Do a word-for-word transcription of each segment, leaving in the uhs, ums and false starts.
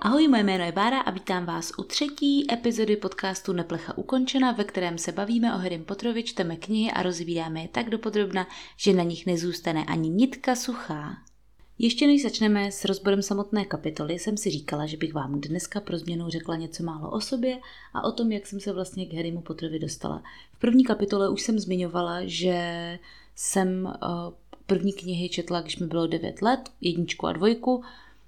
Ahoj, moje jméno je Bára a vítám vás u třetí epizody podcastu Neplecha ukončena, ve kterém se bavíme o Harrym Potterovi, čteme knihy a rozvídáme je tak dopodrobna, že na nich nezůstane ani nitka suchá. Ještě než začneme s rozborem samotné kapitoly, jsem si říkala, že bych vám dneska pro změnu řekla něco málo o sobě a o tom, jak jsem se vlastně k Harrymu Potterovi dostala. V první kapitole už jsem zmiňovala, že jsem první knihy četla, když mi bylo devět let, jedničku a dvojku,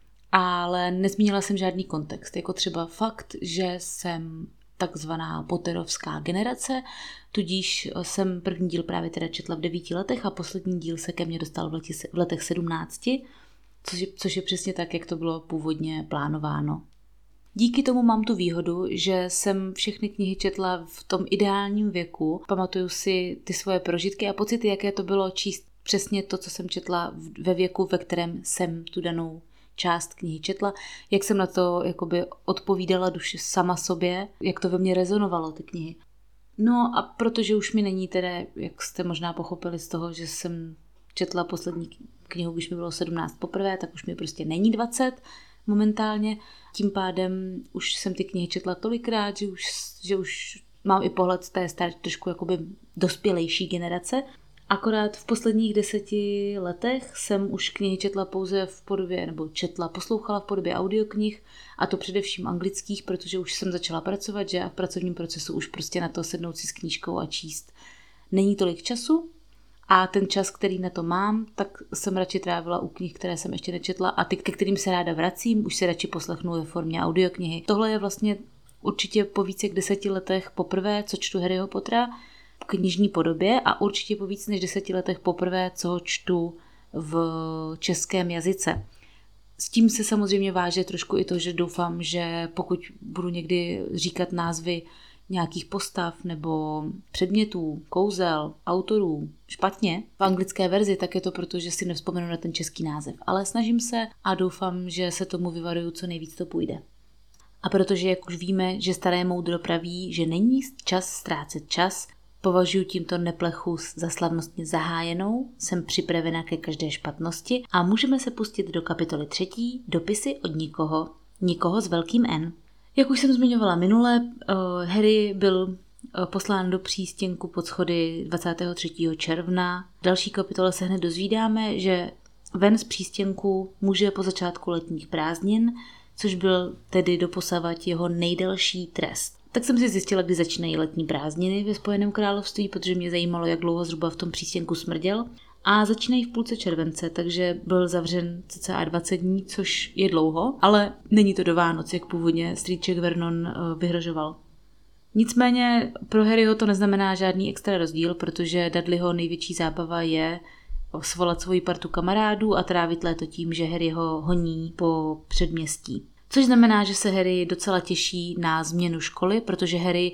ale nezmínila jsem žádný kontext, jako třeba fakt, že jsem takzvaná Potterovská generace, tudíž jsem první díl právě teda četla v devíti letech a poslední díl se ke mně dostal v, leti, v letech sedmnácti, což je, což je přesně tak, jak to bylo původně plánováno. Díky tomu mám tu výhodu, že jsem všechny knihy četla v tom ideálním věku, pamatuju si ty svoje prožitky a pocity, jaké to bylo číst přesně to, co jsem četla ve věku, ve kterém jsem tu danou část knihy četla, jak jsem na to jakoby odpovídala duši sama sobě, jak to ve mně rezonovalo ty knihy. No a protože už mi není teda, jak jste možná pochopili z toho, že jsem četla poslední knihu, když mi bylo sedmnáct poprvé, tak už mi prostě není dvacet momentálně. Tím pádem už jsem ty knihy četla tolikrát, že už, že už mám i pohled z té staré, trošku jakoby dospělejší generace. Akorát v posledních deseti letech jsem už knihy četla pouze v podobě, nebo četla, poslouchala v podobě audioknih, a to především anglických, protože už jsem začala pracovat, že a v pracovním procesu už prostě na to sednout si s knížkou a číst není tolik času. A ten čas, který na to mám, tak jsem radši trávila u knih, které jsem ještě nečetla a ty, ke kterým se ráda vracím, už se radši poslechnu ve formě audioknihy. Tohle je vlastně určitě po více jak deseti letech poprvé, co čtu Harryho Pottera v knižní podobě a určitě po víc než deseti letech poprvé, co ho čtu v českém jazyce. S tím se samozřejmě váže trošku i to, že doufám, že pokud budu někdy říkat názvy nějakých postav nebo předmětů, kouzel, autorů špatně v anglické verzi, tak je to proto, že si nevzpomenu na ten český název. Ale snažím se a doufám, že se tomu vyvaruju, co nejvíc to půjde. A protože, jak už víme, že staré moudro praví, že není čas ztrácet čas, považuji tímto neplechu za slavnostně zahájenou, jsem připravena ke každé špatnosti a můžeme se pustit do kapitoly třetí, dopisy od nikoho, nikoho s velkým N. Jak už jsem zmiňovala minule, Harry byl poslán do přístěnku pod schody dvacátého třetího června. V další kapitole se hned dozvídáme, že ven z přístěnku může po začátku letních prázdnin, což byl tedy doposavad jeho nejdelší trest. Tak jsem si zjistila, kdy začínají letní prázdniny ve Spojeném království, protože mě zajímalo, jak dlouho zhruba v tom přístěnku smrděl. A začínají v půlce července, takže byl zavřen cca dvacet dní, což je dlouho, ale není to do Vánoc, jak původně strýček Vernon vyhrožoval. Nicméně pro Harryho to neznamená žádný extra rozdíl, protože Dudleyho největší zábava je svolat svoji partu kamarádů a trávit léto tím, že Harry ho honí po předměstí. Což znamená, že se Harry docela těší na změnu školy, protože Harry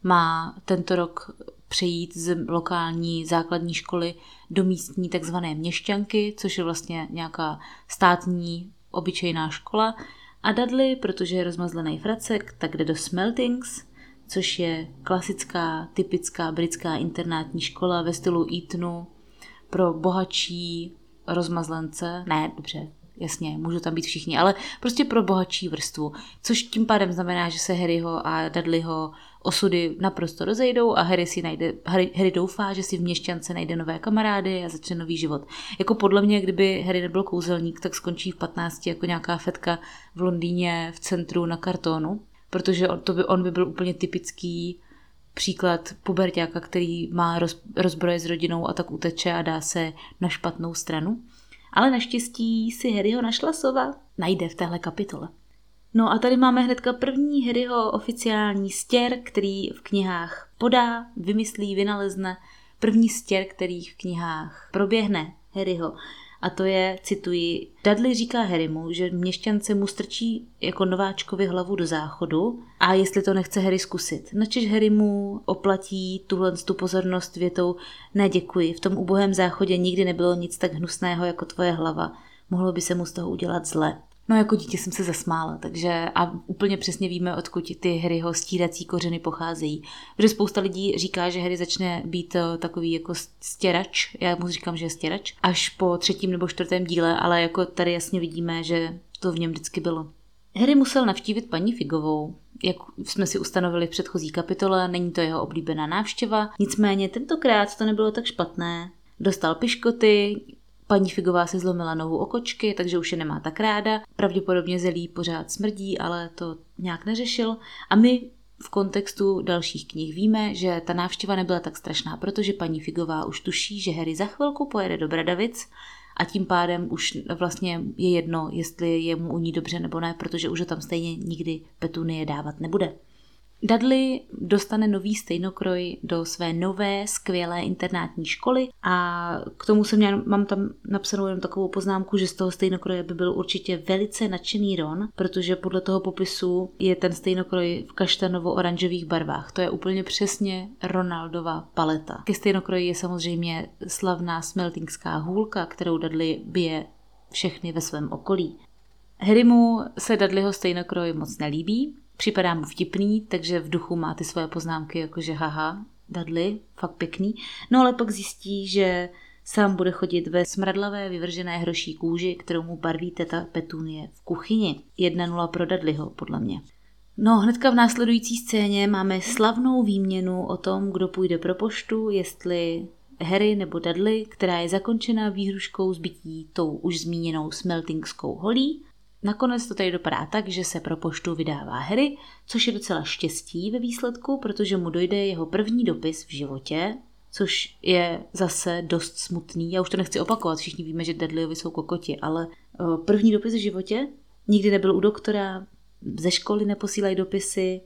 má tento rok přejít z lokální základní školy do místní takzvané měšťanky, což je vlastně nějaká státní obyčejná škola. A Dudley, protože je rozmazlený fracek, tak jde do Smeltings, což je klasická, typická britská internátní škola ve stylu Etonu pro bohatší rozmazlence. Ne, dobře. Jasně, můžou tam být všichni, ale prostě pro bohatší vrstvu. Což tím pádem znamená, že se Harryho a Dudleyho osudy naprosto rozejdou a Harry si najde, Harry, Harry doufá, že si v měšťance najde nové kamarády a začne nový život. Jako podle mě, kdyby Harry nebyl kouzelník, tak skončí v patnácti jako nějaká fetka v Londýně v centru na kartonu, protože on, to by, on by byl úplně typický příklad puberťáka, který má roz, rozbroje s rodinou a tak uteče a dá se na špatnou stranu. Ale naštěstí si Harryho našla sova. Najde v téhle kapitole. No a tady máme hnedka první Harryho oficiální stěr, který v knihách podá, vymyslí, vynalezne. První stěr, který v knihách proběhne Harryho. A to je, cituji, Dudley říká Harrymu, že měšťance mu strčí jako nováčkovi hlavu do záchodu a jestli to nechce Harry zkusit. Načež Harry mu oplatí tuhle tu pozornost větou, ne děkuji, v tom ubohém záchodě nikdy nebylo nic tak hnusného jako tvoje hlava. Mohlo by se mu z toho udělat zle. No jako dítě jsem se zasmála, takže a úplně přesně víme, odkud ty Harryho stírací kořeny pocházejí. Protože spousta lidí říká, že Harry začne být takový jako stěrač, já mu říkám, že je stěrač, až po třetím nebo čtvrtém díle, ale jako tady jasně vidíme, že to v něm vždycky bylo. Harry musel navštívit paní Figovou. Jak jsme si ustanovili v předchozí kapitole, není to jeho oblíbená návštěva, nicméně tentokrát to nebylo tak špatné. Dostal piškoty, paní Figová si zlomila nohu o kočky, takže už je nemá tak ráda. Pravděpodobně zelí pořád smrdí, ale to nějak neřešil. A my v kontextu dalších knih víme, že ta návštěva nebyla tak strašná, protože paní Figová už tuší, že Harry za chvilku pojede do Bradavic a tím pádem už vlastně je jedno, jestli je mu u ní dobře nebo ne, protože už ho tam stejně nikdy Petunie dávat nebude. Dudley dostane nový stejnokroj do své nové, skvělé internátní školy a k tomu jsem měla, mám tam napsanou jenom takovou poznámku, že z toho stejnokroje by byl určitě velice nadšený Ron, protože podle toho popisu je ten stejnokroj v kaštanovo-oranžových barvách. To je úplně přesně Ronaldova paleta. Ke stejnokroji je samozřejmě slavná smeltingská hůlka, kterou Dudley bije všechny ve svém okolí. Harrymu se Dudleyho stejnokroj moc nelíbí, připadá mu vtipný, takže v duchu má ty svoje poznámky, jakože haha, Dudley, fakt pěkný. No ale pak zjistí, že sám bude chodit ve smradlavé vyvržené hroší kůži, kterou mu barví teta Petunie v kuchyni. jedna nula pro Dudleyho, podle mě. No hnedka v následující scéně máme slavnou výměnu o tom, kdo půjde pro poštu, jestli Harry nebo Dudley, která je zakončena výhruškou zbytí tou už zmíněnou smeltingskou holí. Nakonec to tady dopadá tak, že se pro poštu vydává Harry, což je docela štěstí ve výsledku, protože mu dojde jeho první dopis v životě, což je zase dost smutný. Já už to nechci opakovat, všichni víme, že Dudleyovi jsou kokoti, ale první dopis v životě, nikdy nebyl u doktora, ze školy neposílají dopisy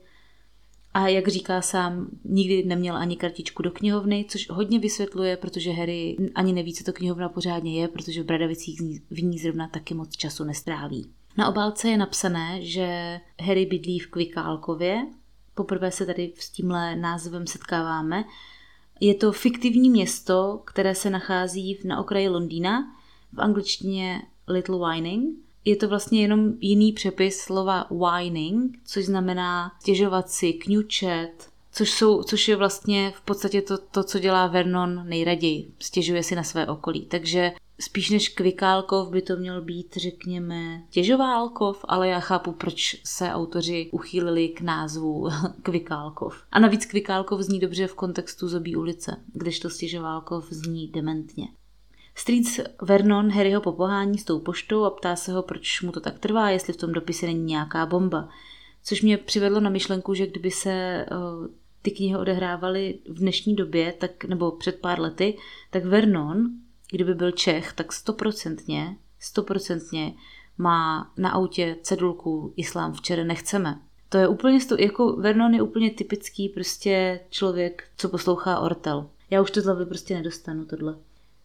a jak říká sám, nikdy neměl ani kartičku do knihovny, což hodně vysvětluje, protože Harry ani neví, co to knihovna pořádně je, protože v Bradavicích v ní zrovna taky moc času nestráví. Na obálce je napsané, že Harry bydlí v Kvikálkově. Poprvé se tady s tímhle názvem setkáváme. Je to fiktivní město, které se nachází na okraji Londýna, v angličtině Little Whining. Je to vlastně jenom jiný přepis slova whining, což znamená stěžovat si, kňučet, což, jsou, což je vlastně v podstatě to, to, co dělá Vernon nejraději. Stěžuje si na své okolí. Takže spíš než Kvikálkov by to měl být, řekněme, Stěžoválkov, ale já chápu, proč se autoři uchýlili k názvu Kvikálkov. A navíc Kvikálkov zní dobře v kontextu Zobí ulice, kdežto Stěžoválkov zní dementně. Strýc Vernon Harryho popohání s tou poštou a ptá se ho, proč mu to tak trvá, jestli v tom dopise není nějaká bomba. Což mě přivedlo na myšlenku, že kdyby se uh, ty knihy odehrávaly v dnešní době, tak, nebo před pár lety, tak Vernon, kdyby byl Čech, tak stoprocentně, stoprocentně má na autě cedulku Islám včera nechceme. To je úplně, jako Vernon je úplně typický prostě člověk, co poslouchá Ortel. Já už to z hlavy prostě nedostanu tohle.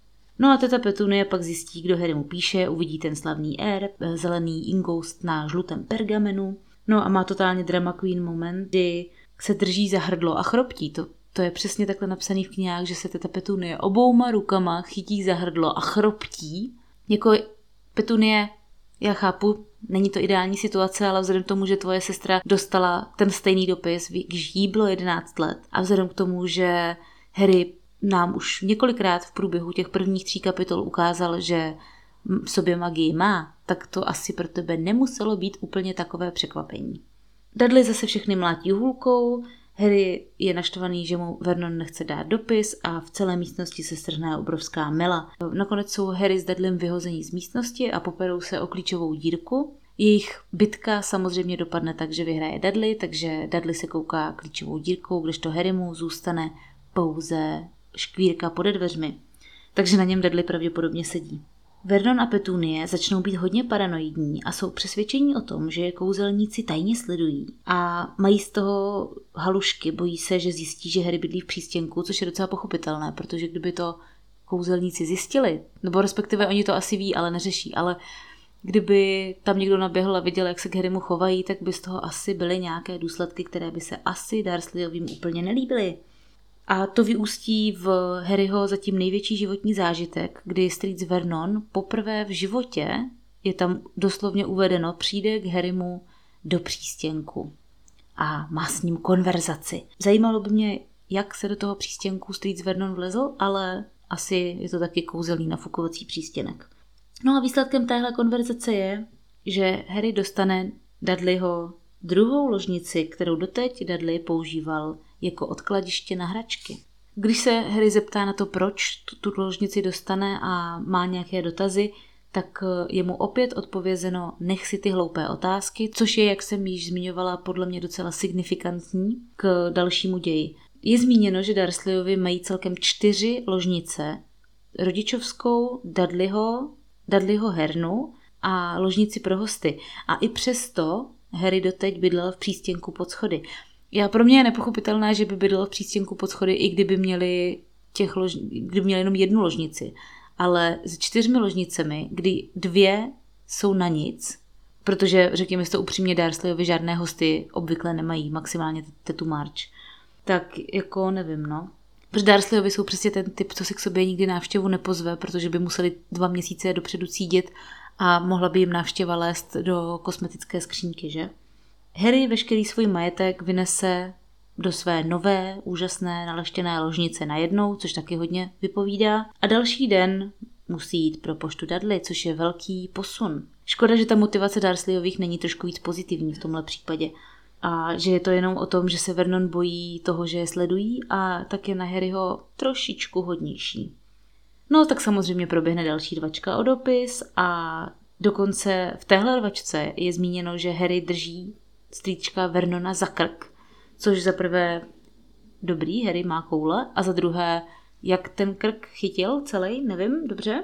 No a teta Petunie pak zjistí, kdo Harry mu píše, uvidí ten slavný R, zelený ingoust na žlutém pergamenu. No a má totálně drama queen moment, kdy se drží za hrdlo a chroptí. To, to je přesně takhle napsaný v knihách, že se teta Petunie obouma rukama chytí za hrdlo a chroptí. Jako Petunie, já chápu, není to ideální situace, ale vzhledem k tomu, že tvoje sestra dostala ten stejný dopis, když jí bylo jedenáct let a vzhledem k tomu, že Harry nám už několikrát v průběhu těch prvních tří kapitol ukázal, že v sobě magii má, tak to asi pro tebe nemuselo být úplně takové překvapení. Dudley zase všechny mlátí hůlkou, Harry je naštvaný, že mu Vernon nechce dát dopis a v celé místnosti se strhne obrovská mela. Nakonec jsou Harry s Dudleym vyhození z místnosti a poperou se o klíčovou dírku. Jejich bitka samozřejmě dopadne tak, že vyhraje Dudley, takže Dudley se kouká klíčovou dírkou, kdežto Harrymu zůstane pouze škvírka pode dveřmi, takže na něm Dudley pravděpodobně sedí. Vernon a Petunie začnou být hodně paranoidní a jsou přesvědčení o tom, že je kouzelníci tajně sledují a mají z toho halušky, bojí se, že zjistí, že Harry bydlí v přístěnku, což je docela pochopitelné, protože kdyby to kouzelníci zjistili, nebo respektive oni to asi ví, ale neřeší, ale kdyby tam někdo naběhl a viděl, jak se k Harrymu chovají, tak by z toho asi byly nějaké důsledky, které by se asi Dursleyovým úplně nelíbily. A to vyústí v Harryho zatím největší životní zážitek, kdy strýc Vernon poprvé v životě, je tam doslovně uvedeno, přijde k Harrymu do přístěnku a má s ním konverzaci. Zajímalo by mě, jak se do toho přístěnku strýc Vernon vlezl, ale asi je to taky kouzelný nafukovací přístěnek. No a výsledkem téhle konverzace je, že Harry dostane Dudleyho druhou ložnici, kterou doteď Dudley používal jako odkladiště na hračky. Když se Harry zeptá na to, proč tu ložnici dostane a má nějaké dotazy, tak je mu opět odpovězeno nech si ty hloupé otázky, což je, jak jsem již zmiňovala, podle mě docela signifikantní k dalšímu ději. Je zmíněno, že Dursleyovi mají celkem čtyři ložnice, rodičovskou, Dudleyho, Dudleyho hernu a ložnici pro hosty. A i přesto Harry doteď bydlel v přístěnku pod schody. Já pro mě je nepochopitelné, že by bydlel v přístěnku pod schody, i kdyby měli, těch lož... kdyby měli jenom jednu ložnici. Ale s čtyřmi ložnicemi, kdy dvě jsou na nic, protože, řekněme si to upřímně, Dursleyovi žádné hosty obvykle nemají, maximálně tetu March, tak jako nevím, no. Protože Dursleyovi jsou přesně ten typ, co si k sobě nikdy návštěvu nepozve, protože by museli dva měsíce dopředu cídit a mohla by jim návštěva lézt do kosmetické skřínky, že? Harry veškerý svůj majetek vynese do své nové, úžasné, naleštěné ložnice najednou, což taky hodně vypovídá. A další den musí jít pro poštu Dudley, což je velký posun. Škoda, že ta motivace Dursleyových není trošku víc pozitivní v tomhle případě. A že je to jenom o tom, že se Vernon bojí toho, že je sledují a tak je na Harryho trošičku hodnější. No tak samozřejmě proběhne další rvačka o dopis a dokonce v téhle rvačce je zmíněno, že Harry drží strýčka Vernona za krk, což za prvé dobrý, Harry má koule, a za druhé, jak ten krk chytil celý, nevím, dobře.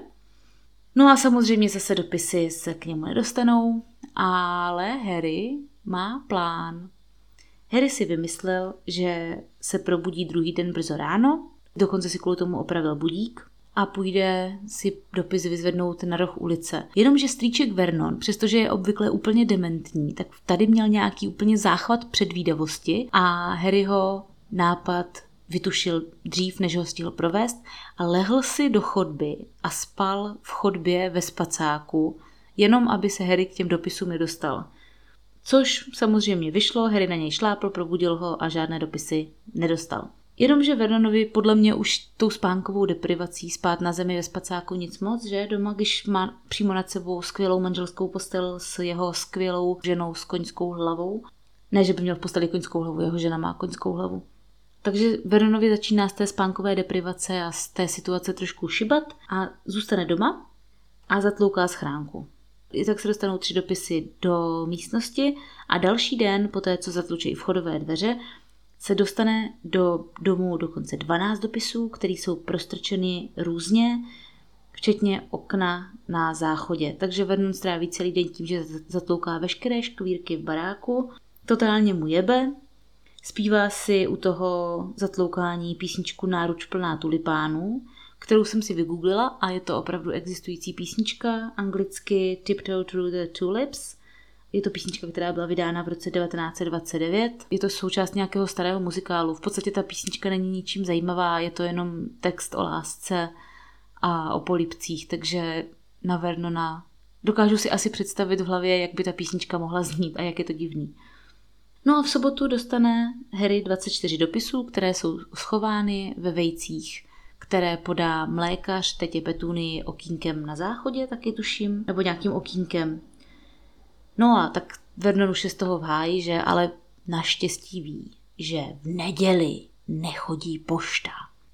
No a samozřejmě zase dopisy se k němu nedostanou, ale Harry má plán. Harry si vymyslel, že se probudí druhý den brzo ráno, dokonce si kvůli tomu opravil budík a půjde si dopis vyzvednout na roh ulice. Jenomže strýček Vernon, přestože je obvykle úplně dementní, tak tady měl nějaký úplně záchvat předvídavosti a Harryho nápad vytušil dřív, než ho stihl provést a lehl si do chodby a spal v chodbě ve spacáku, jenom aby se Harry k těm dopisům nedostal. Což samozřejmě vyšlo, Harry na něj šlápl, probudil ho a žádné dopisy nedostal. Jenomže Vernonovi podle mě už tou spánkovou deprivací spát na zemi ve spacáku nic moc, že doma, když má přímo nad sebou skvělou manželskou postel s jeho skvělou ženou s koňskou hlavou. Ne, že by měl v posteli koňskou hlavu, jeho žena má koňskou hlavu. Takže Vernonovi začíná z té spánkové deprivace a z té situace trošku šibat a zůstane doma a zatlouká schránku. I tak se dostanou tři dopisy do místnosti a další den, poté co zatlučejí vchodové dveře, se dostane do domu dokonce dvanáct dopisů, které jsou prostrčeny různě, včetně okna na záchodě. Takže Vernon stráví celý den tím, že zatlouká veškeré škvírky v baráku, totálně mu jebe, zpívá si u toho zatloukání písničku Náruč plná tulipánů, kterou jsem si vygooglila a je to opravdu existující písnička, anglicky Tiptoe Through the Tulips. Je to písnička, která byla vydána v roce devatenáct set dvacet devět. Je to součást nějakého starého muzikálu. V podstatě ta písnička není ničím zajímavá, je to jenom text o lásce a o polibcích, takže na Vernona dokážu si asi představit v hlavě, jak by ta písnička mohla znít a jak je to divný. No a v sobotu dostane Harry dvacet čtyři dopisů, které jsou schovány ve vejcích, které podá mlékař tetě Petunii okýnkem na záchodě, taky tuším, nebo nějakým okýnkem. No a tak Vernon už je z toho v háji, že ale naštěstí ví, že v neděli nechodí pošta.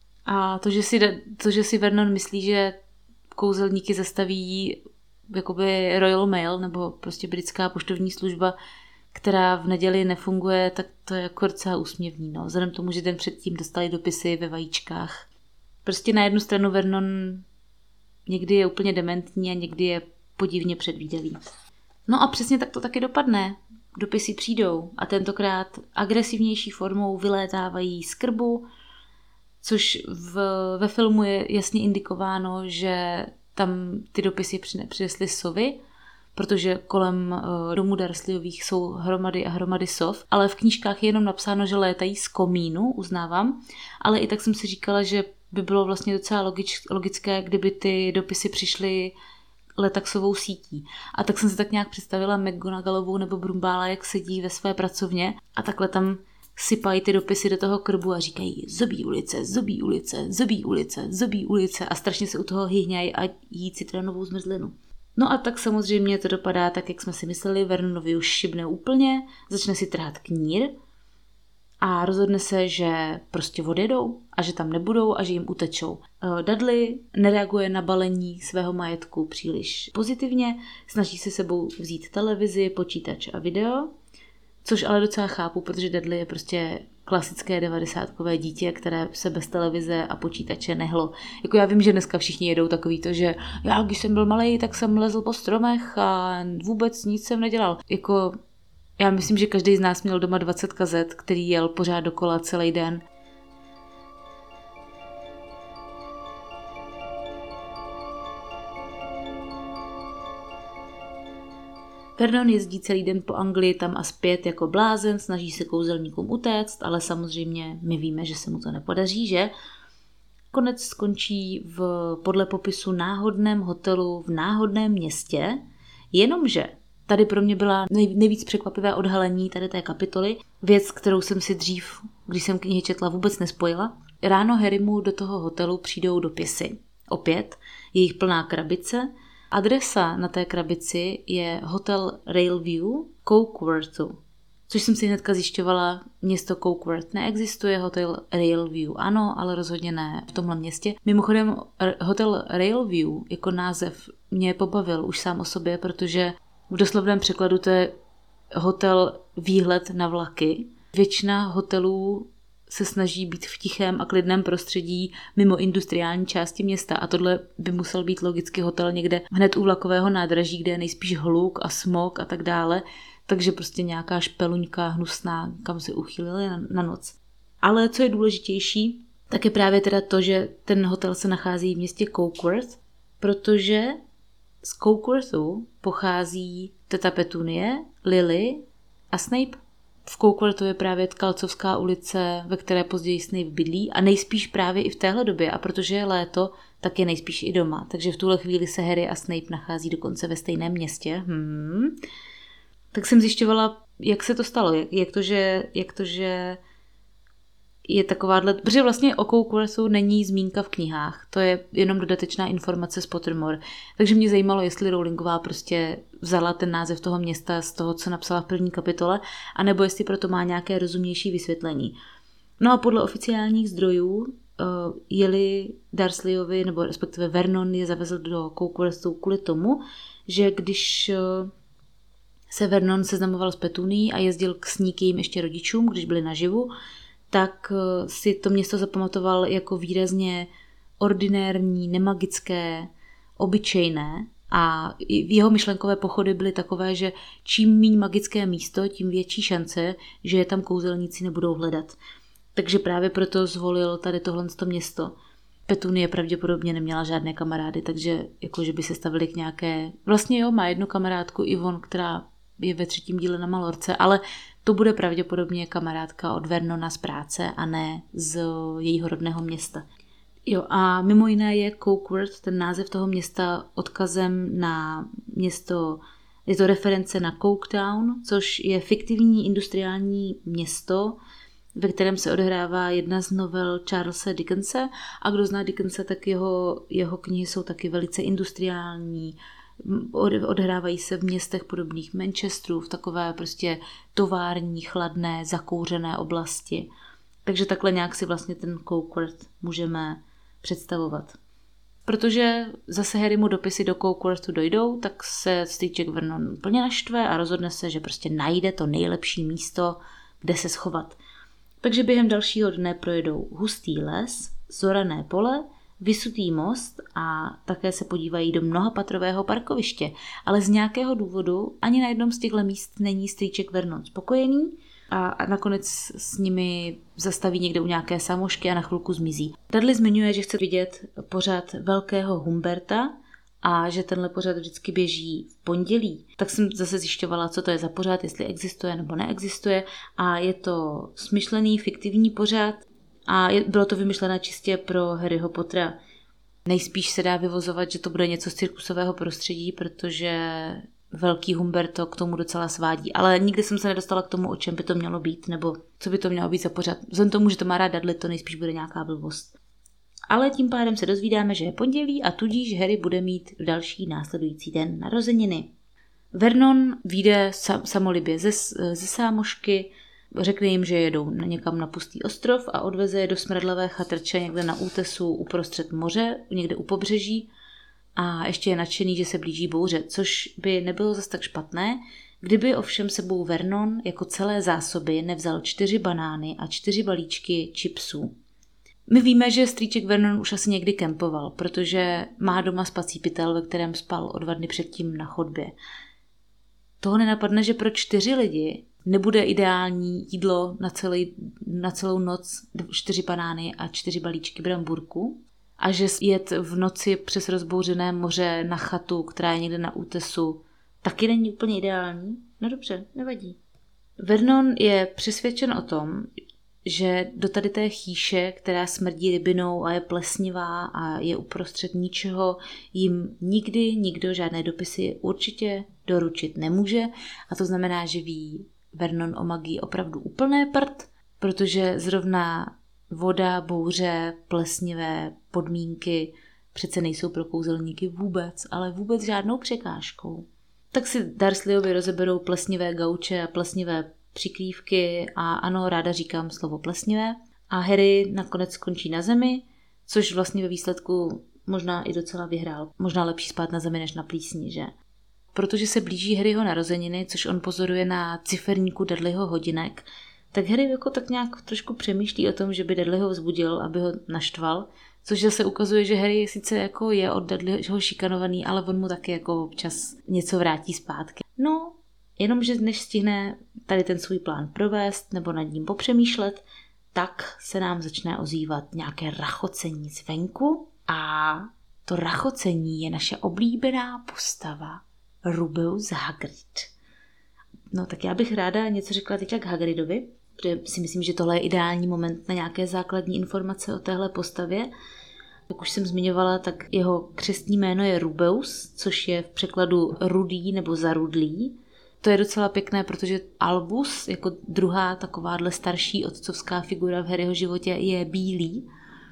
A to, že si, to, že si Vernon myslí, že kouzelníky zastaví jakoby Royal Mail, nebo prostě britská poštovní služba, která v neděli nefunguje, tak to je jako docela úsměvný. No. Vzhledem tomu, že den předtím dostali dopisy ve vajíčkách. Prostě na jednu stranu Vernon někdy je úplně dementní a někdy je podivně předvídavý. No a přesně tak to taky dopadne. Dopisy přijdou a tentokrát agresivnější formou vylétávají z krbu, což v, ve filmu je jasně indikováno, že tam ty dopisy přinesly sovy, protože kolem uh, domu Dursleyových jsou hromady a hromady sov, ale v knížkách je jenom napsáno, že létají z komínu, uznávám, ale i tak jsem si říkala, že by bylo vlastně docela logič, logické, kdyby ty dopisy přišly letaxovou sítí. A tak jsem si tak nějak představila McGonagallovou nebo Brumbála, jak sedí ve své pracovně a takhle tam sypají ty dopisy do toho krbu a říkají zobí ulice, zobí ulice, zobí ulice, zobí ulice a strašně se u toho hýhňají a jí citronovou zmrzlinu. No a tak samozřejmě to dopadá tak, jak jsme si mysleli, Vernonovi už šibne úplně, začne si trhat knír a rozhodne se, že prostě odjedou a že tam nebudou a že jim utečou. Dudley nereaguje na balení svého majetku příliš pozitivně, snaží se sebou vzít televizi, počítač a video, což ale docela chápu, protože Dudley je prostě klasické devadesátkové dítě, které se bez televize a počítače nehlo. Jako já vím, že dneska všichni jedou takový to, že já, když jsem byl malej, tak jsem lezl po stromech a vůbec nic jsem nedělal. Jako já myslím, že každý z nás měl doma dvacet kazet, který jel pořád dokola celý den. Vernon jezdí celý den po Anglii tam a zpět jako blázen, snaží se kouzelníkům utéct, ale samozřejmě my víme, že se mu to nepodaří, že? Konec skončí v podle popisu náhodném hotelu v náhodném městě, jenomže tady pro mě byla nej, nejvíc překvapivé odhalení tady té kapitoly, věc, kterou jsem si dřív, když jsem knihy četla, vůbec nespojila. Ráno Harrymu do toho hotelu přijdou dopisy. Opět, je jich plná krabice. Adresa na té krabici je hotel Railview Cokeworthu, což jsem si hnedka zjišťovala, město Cokeworth neexistuje, hotel Railview ano, ale rozhodně ne v tomhle městě. Mimochodem hotel Railview jako název mě pobavil už sám o sobě, protože v doslovném překladu to je hotel výhled na vlaky. Většina hotelů se snaží být v tichém a klidném prostředí mimo industriální části města a tohle by musel být logicky hotel někde hned u vlakového nádraží, kde je nejspíš hluk a smog a tak dále, takže prostě nějaká špeluňka hnusná, kam se uchýlili na, na noc. Ale co je důležitější, tak je právě teda to, že ten hotel se nachází v městě Cokeworth, protože z Cokeworthu pochází teta Petunie, Lily a Snape. V Cokeworthu je právě Tkalcovská ulice, ve které později Snape bydlí a nejspíš právě i v téhle době a protože je léto, tak je nejspíš i doma. Takže v tuhle chvíli se Harry a Snape nachází dokonce ve stejném městě. Hmm. Tak jsem zjišťovala, jak se to stalo, jak, jak, to, že, jak to, že je takováhle, protože vlastně o Cokeworthu není zmínka v knihách, to je jenom dodatečná informace z Pottermore. Takže mě zajímalo, jestli Rowlingová prostě vzala ten název toho města z toho, co napsala v první kapitole, anebo jestli proto má nějaké rozumnější vysvětlení. No a podle oficiálních zdrojů jeli Dursleyovi, nebo respektive Vernon je zavezl do Cokeworthu kvůli tomu, že když se Vernon seznamoval s Petunií a jezdil k sníkým ještě rodičům, když byli naživu, tak si to město zapamatoval jako výrazně ordinérní, nemagické, obyčejné a jeho myšlenkové pochody byly takové, že čím méně magické místo, tím větší šance, že je tam kouzelníci nebudou hledat. Takže právě proto zvolil tady tohle město. Petunie pravděpodobně neměla žádné kamarády, takže jakože by se stavili k nějaké... Vlastně jo, má jednu kamarádku Yvonne, která je ve třetím díle na Malorce, ale to bude pravděpodobně kamarádka od Vernona z práce a ne z jejího rodného města. Jo, a mimo jiné je Cokeworth, ten název toho města, odkazem na město, je to reference na Coketown, což je fiktivní industriální město, ve kterém se odehrává jedna z novel Charlesa Dickense a kdo zná Dickense, tak jeho, jeho knihy jsou taky velice industriální, odehrávají se v městech podobných Manchesteru, v takové prostě tovární, chladné, zakouřené oblasti. Takže takhle nějak si vlastně ten Cokeworth můžeme představovat. Protože zase Harrymu dopisy do Cokeworthu dojdou, tak se strýček Vernon plně naštve a rozhodne se, že prostě najde to nejlepší místo, kde se schovat. Takže během dalšího dne projedou hustý les, zorané pole, vysutý most a také se podívají do mnohapatrového parkoviště. Ale z nějakého důvodu ani na jednom z těchto míst není strýček Vernon spokojený a nakonec s nimi zastaví někde u nějaké samošky a na chvilku zmizí. Dudley zmiňuje, že chce vidět pořad Velkého Humberta a že tenhle pořad vždycky běží v pondělí. Tak jsem zase zjišťovala, co to je za pořad, jestli existuje nebo neexistuje a je to smyšlený, fiktivní pořad a bylo to vymyšlené čistě pro Harryho Pottera. Nejspíš se dá vyvozovat, že to bude něco z cirkusového prostředí, protože Velký Humberto k tomu docela svádí, ale nikdy jsem se nedostala k tomu, o čem by to mělo být, nebo co by to mělo být za pořad. Vzhledem tomu, že to má rád Dudley, to nejspíš bude nějaká blbost. Ale tím pádem se dozvídáme, že je pondělí a tudíž Harry bude mít v další následující den narozeniny. Vernon vyjde sam, samolibě ze, ze sámošky, řekne jim, že jedou někam na pustý ostrov a odveze je do smradlavé chatrče někde na útesu uprostřed moře, někde u pobřeží a ještě je nadšený, že se blíží bouře, což by nebylo zas tak špatné, kdyby ovšem sebou Vernon jako celé zásoby nevzal čtyři banány a čtyři balíčky chipsů. My víme, že strýček Vernon už asi někdy kempoval, protože má doma spací pytel, ve kterém spal o dva dny předtím na chodbě. Toho nenapadne, že pro čtyři lidi nebude ideální jídlo na, celý, na celou noc čtyři banány a čtyři balíčky bramburku a že jet v noci přes rozbouřené moře na chatu, která je někde na útesu, taky není úplně ideální. No dobře, nevadí. Vernon je přesvědčen o tom, že do tady té chýše, která smrdí rybinou a je plesnivá a je uprostřed ničeho, jim nikdy nikdo žádné dopisy určitě doručit nemůže a to znamená, že ví Vernon o magii opravdu úplné prd, protože zrovna voda, bouře, plesnivé podmínky přece nejsou pro kouzelníky vůbec, ale vůbec žádnou překážkou. Tak si Dursleyovi rozeberou plesnivé gauče a plesnivé přikrývky a ano, ráda říkám slovo plesnivé. A Harry nakonec skončí na zemi, což vlastně ve výsledku možná i docela vyhrál. Možná lepší spát na zemi než na plísni, že? Protože se blíží Harryho narozeniny, což on pozoruje na ciferníku Dudleyho hodinek, tak Harry jako tak nějak trošku přemýšlí o tom, že by Dudleyho vzbudil, aby ho naštval, což zase ukazuje, že Harry sice jako je od Dudleyho šikanovaný, ale on mu taky jako občas něco vrátí zpátky. No, jenomže než stihne tady ten svůj plán provést nebo nad ním popřemýšlet, tak se nám začne ozývat nějaké rachocení zvenku a to rachocení je naše oblíbená postava Rubeus Hagrid. No tak já bych ráda něco řekla teď k Hagridovi, protože si myslím, že tohle je ideální moment na nějaké základní informace o téhle postavě. Jak už jsem zmiňovala, tak jeho křestní jméno je Rubeus, což je v překladu rudý nebo zarudlý. To je docela pěkné, protože Albus, jako druhá takováhle starší otcovská figura v Harryho životě, je bílý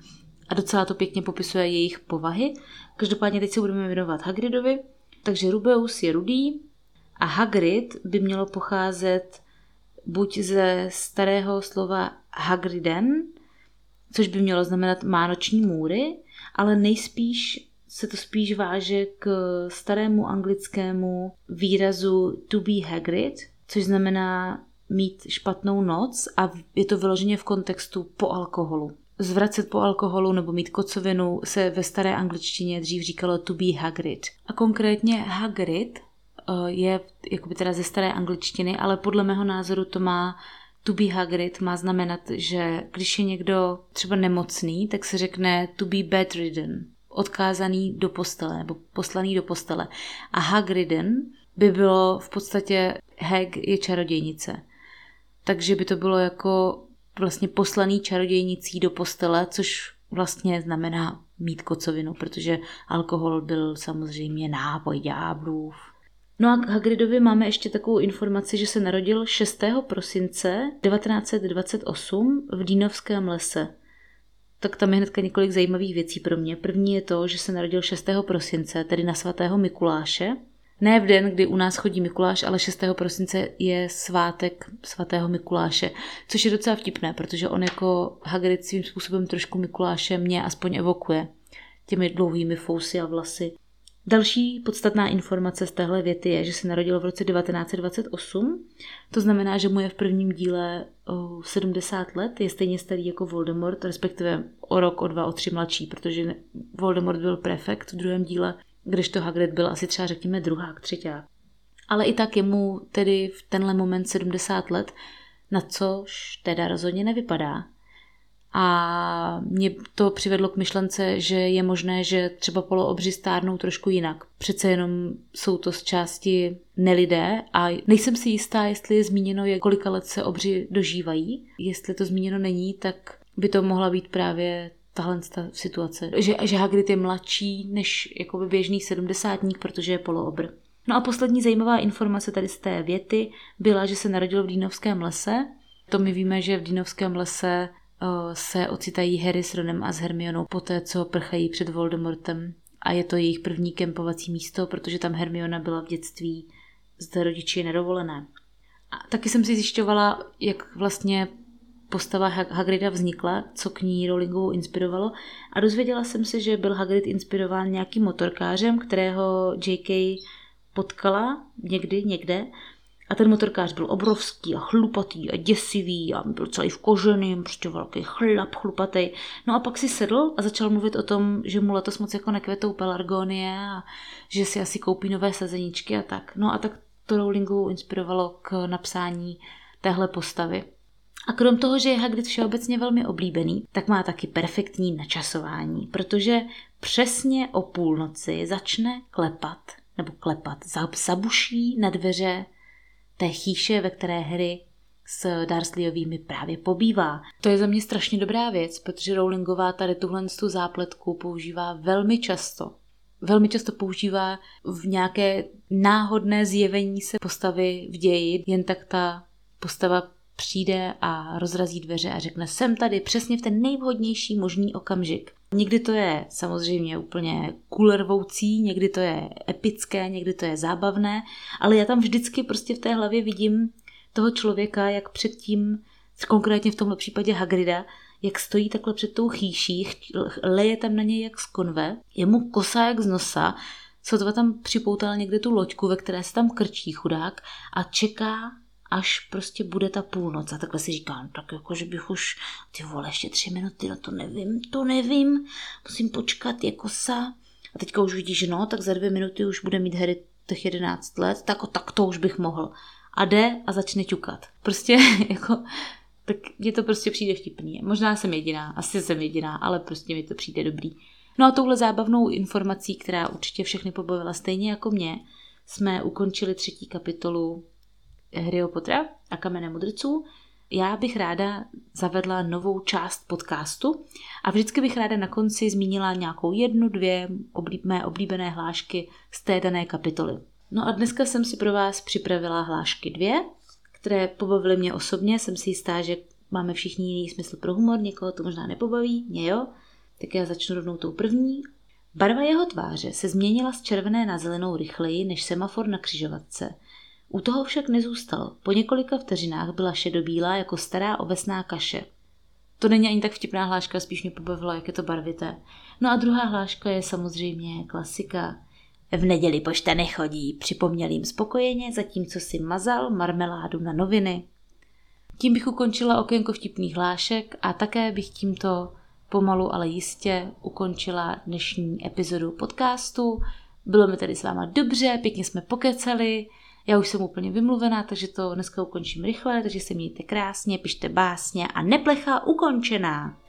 a docela to pěkně popisuje jejich povahy. Každopádně teď se budeme věnovat Hagridovi. Takže Rubeus je rudý a Hagrid by mělo pocházet buď ze starého slova Hagriden, což by mělo znamenat má noční můry, ale nejspíš se to spíš váže k starému anglickému výrazu to be Hagrid, což znamená mít špatnou noc a je to vyloženě v kontextu po alkoholu. Zvracet po alkoholu nebo mít kocovinu se ve staré angličtině dřív říkalo to be Hagrid. A konkrétně Hagrid je jakoby teda ze staré angličtiny, ale podle mého názoru to má to be Hagrid má znamenat, že když je někdo třeba nemocný, tak se řekne to be bedridden, odkázaný do postele nebo poslaný do postele. A Hagriden by bylo v podstatě Hag je čarodějnice. Takže by to bylo jako vlastně poslaný čarodějnicí do postele, což vlastně znamená mít kocovinu, protože alkohol byl samozřejmě nápoj ďáblův. No a k Hagridovi máme ještě takovou informaci, že se narodil šestého prosince devatenáct set dvacet osm v Dínovském lese. Tak tam je hnedka několik zajímavých věcí pro mě. První je to, že se narodil šestého prosince, tedy na svatého Mikuláše. Ne v den, kdy u nás chodí Mikuláš, ale šestého prosince je svátek svatého Mikuláše, což je docela vtipné, protože on jako Hagrid svým způsobem trošku Mikuláše mě aspoň evokuje těmi dlouhými fousy a vlasy. Další podstatná informace z téhle věty je, že se narodil v roce devatenáct set dvacet osm, to znamená, že mu je v prvním díle o sedmdesát let, je stejně starý jako Voldemort, respektive o rok, o dva, o tři mladší, protože Voldemort byl prefekt v druhém díle, kdežto Hagrid byl asi třeba řekněme druhák, třeťák. Ale i tak je mu tedy v tenhle moment sedmdesát let, na což teda rozhodně nevypadá. A mě to přivedlo k myšlence, že je možné, že třeba poloobři stárnou trošku jinak. Přece jenom jsou to z části nelidé a nejsem si jistá, jestli je zmíněno, jak kolika let se obři dožívají. Jestli to zmíněno není, tak by to mohla být právě tahle situace. Že, že Hagrid je mladší než jakoby běžný sedmdesátník, protože je poloobr. No a poslední zajímavá informace tady z té věty byla, že se narodil v Dínovském lese. To my víme, že v Dínovském lese se ocitají Harry s Ronem a s Hermionou poté, co prchají před Voldemortem. A je to jejich první kempovací místo, protože tam Hermiona byla v dětství s rodiči nedovolené. A taky jsem si zjišťovala, jak vlastně postava Hagrida vznikla, co k ní Rowlingovou inspirovalo, a dozvěděla jsem se, že byl Hagrid inspirován nějakým motorkářem, kterého J K potkala někdy, někde, a ten motorkář byl obrovský a chlupatý a děsivý a byl celý v koženým, prostě velký chlap, chlupatý. No a pak si sedl a začal mluvit o tom, že mu letos moc jako nekvetou pelargonie a že si asi koupí nové sazeničky a tak. No a tak to Rowlingovou inspirovalo k napsání téhle postavy. A krom toho, že je Hagrid všeobecně velmi oblíbený, tak má taky perfektní načasování, protože přesně o půlnoci začne klepat, nebo klepat, zabuší na dveře té chýše, ve které Harry s Dursleyovými právě pobývá. To je za mě strašně dobrá věc, protože Rowlingová tady tuhle tu zápletku používá velmi často. Velmi často používá v nějaké náhodné zjevení se postavy v ději, jen tak ta postava přijde a rozrazí dveře a řekne, jsem tady přesně v ten nejvhodnější možný okamžik. Někdy to je samozřejmě úplně kulervoucí, někdy to je epické, někdy to je zábavné, ale já tam vždycky prostě v té hlavě vidím toho člověka, jak předtím, konkrétně v tomhle případě Hagrida, jak stojí takhle před tou chýší, leje tam na něj jak z konve, je mu kosa jak z nosa, sotva tam připoutal někde tu loďku, ve které se tam krčí chudák a čeká, až prostě bude ta půlnoc. A takhle si říkám, tak jako, že bych už, ty vole, ještě tři minuty, no to nevím, to nevím, musím počkat, je kosa. A teďka už vidíš, že no, tak za dvě minuty už bude mít Harry těch jedenáct let, tak, tak to už bych mohl. A jde a začne ťukat. Prostě jako, tak mě to prostě přijde vtipný. Možná jsem jediná, asi jsem jediná, ale prostě mi to přijde dobrý. No a touhle zábavnou informací, která určitě všechny pobavila stejně jako mě, jsme ukončili třetí kapitolu Harryho Pottera a Kamene mudrců. Já bych ráda zavedla novou část podcastu a vždycky bych ráda na konci zmínila nějakou jednu, dvě oblíb, mé oblíbené hlášky z té dané kapitoly. No a dneska jsem si pro vás připravila hlášky dvě, které pobavily mě osobně. Jsem si jistá, že máme všichni jiný smysl pro humor, někoho to možná nepobaví, mě jo. Tak já začnu rovnou tou první. Barva jeho tváře se změnila z červené na zelenou rychleji než semafor na křižovatce. U toho však nezůstal. Po několika vteřinách byla šedobílá jako stará ovesná kaše. To není ani tak vtipná hláška, spíš mě pobavila, jak je to barvité. No a druhá hláška je samozřejmě klasika. V neděli pošta nechodí, připomněl jim spokojeně, zatímco si mazal marmeládu na noviny. Tím bych ukončila okénko vtipných hlášek a také bych tímto pomalu, ale jistě ukončila dnešní epizodu podcastu. Bylo mi tady s váma dobře, pěkně jsme pokecali. Já už jsem úplně vymluvená, takže to dneska ukončím rychle, takže se mějte krásně, pište básně a Neplecha ukončená.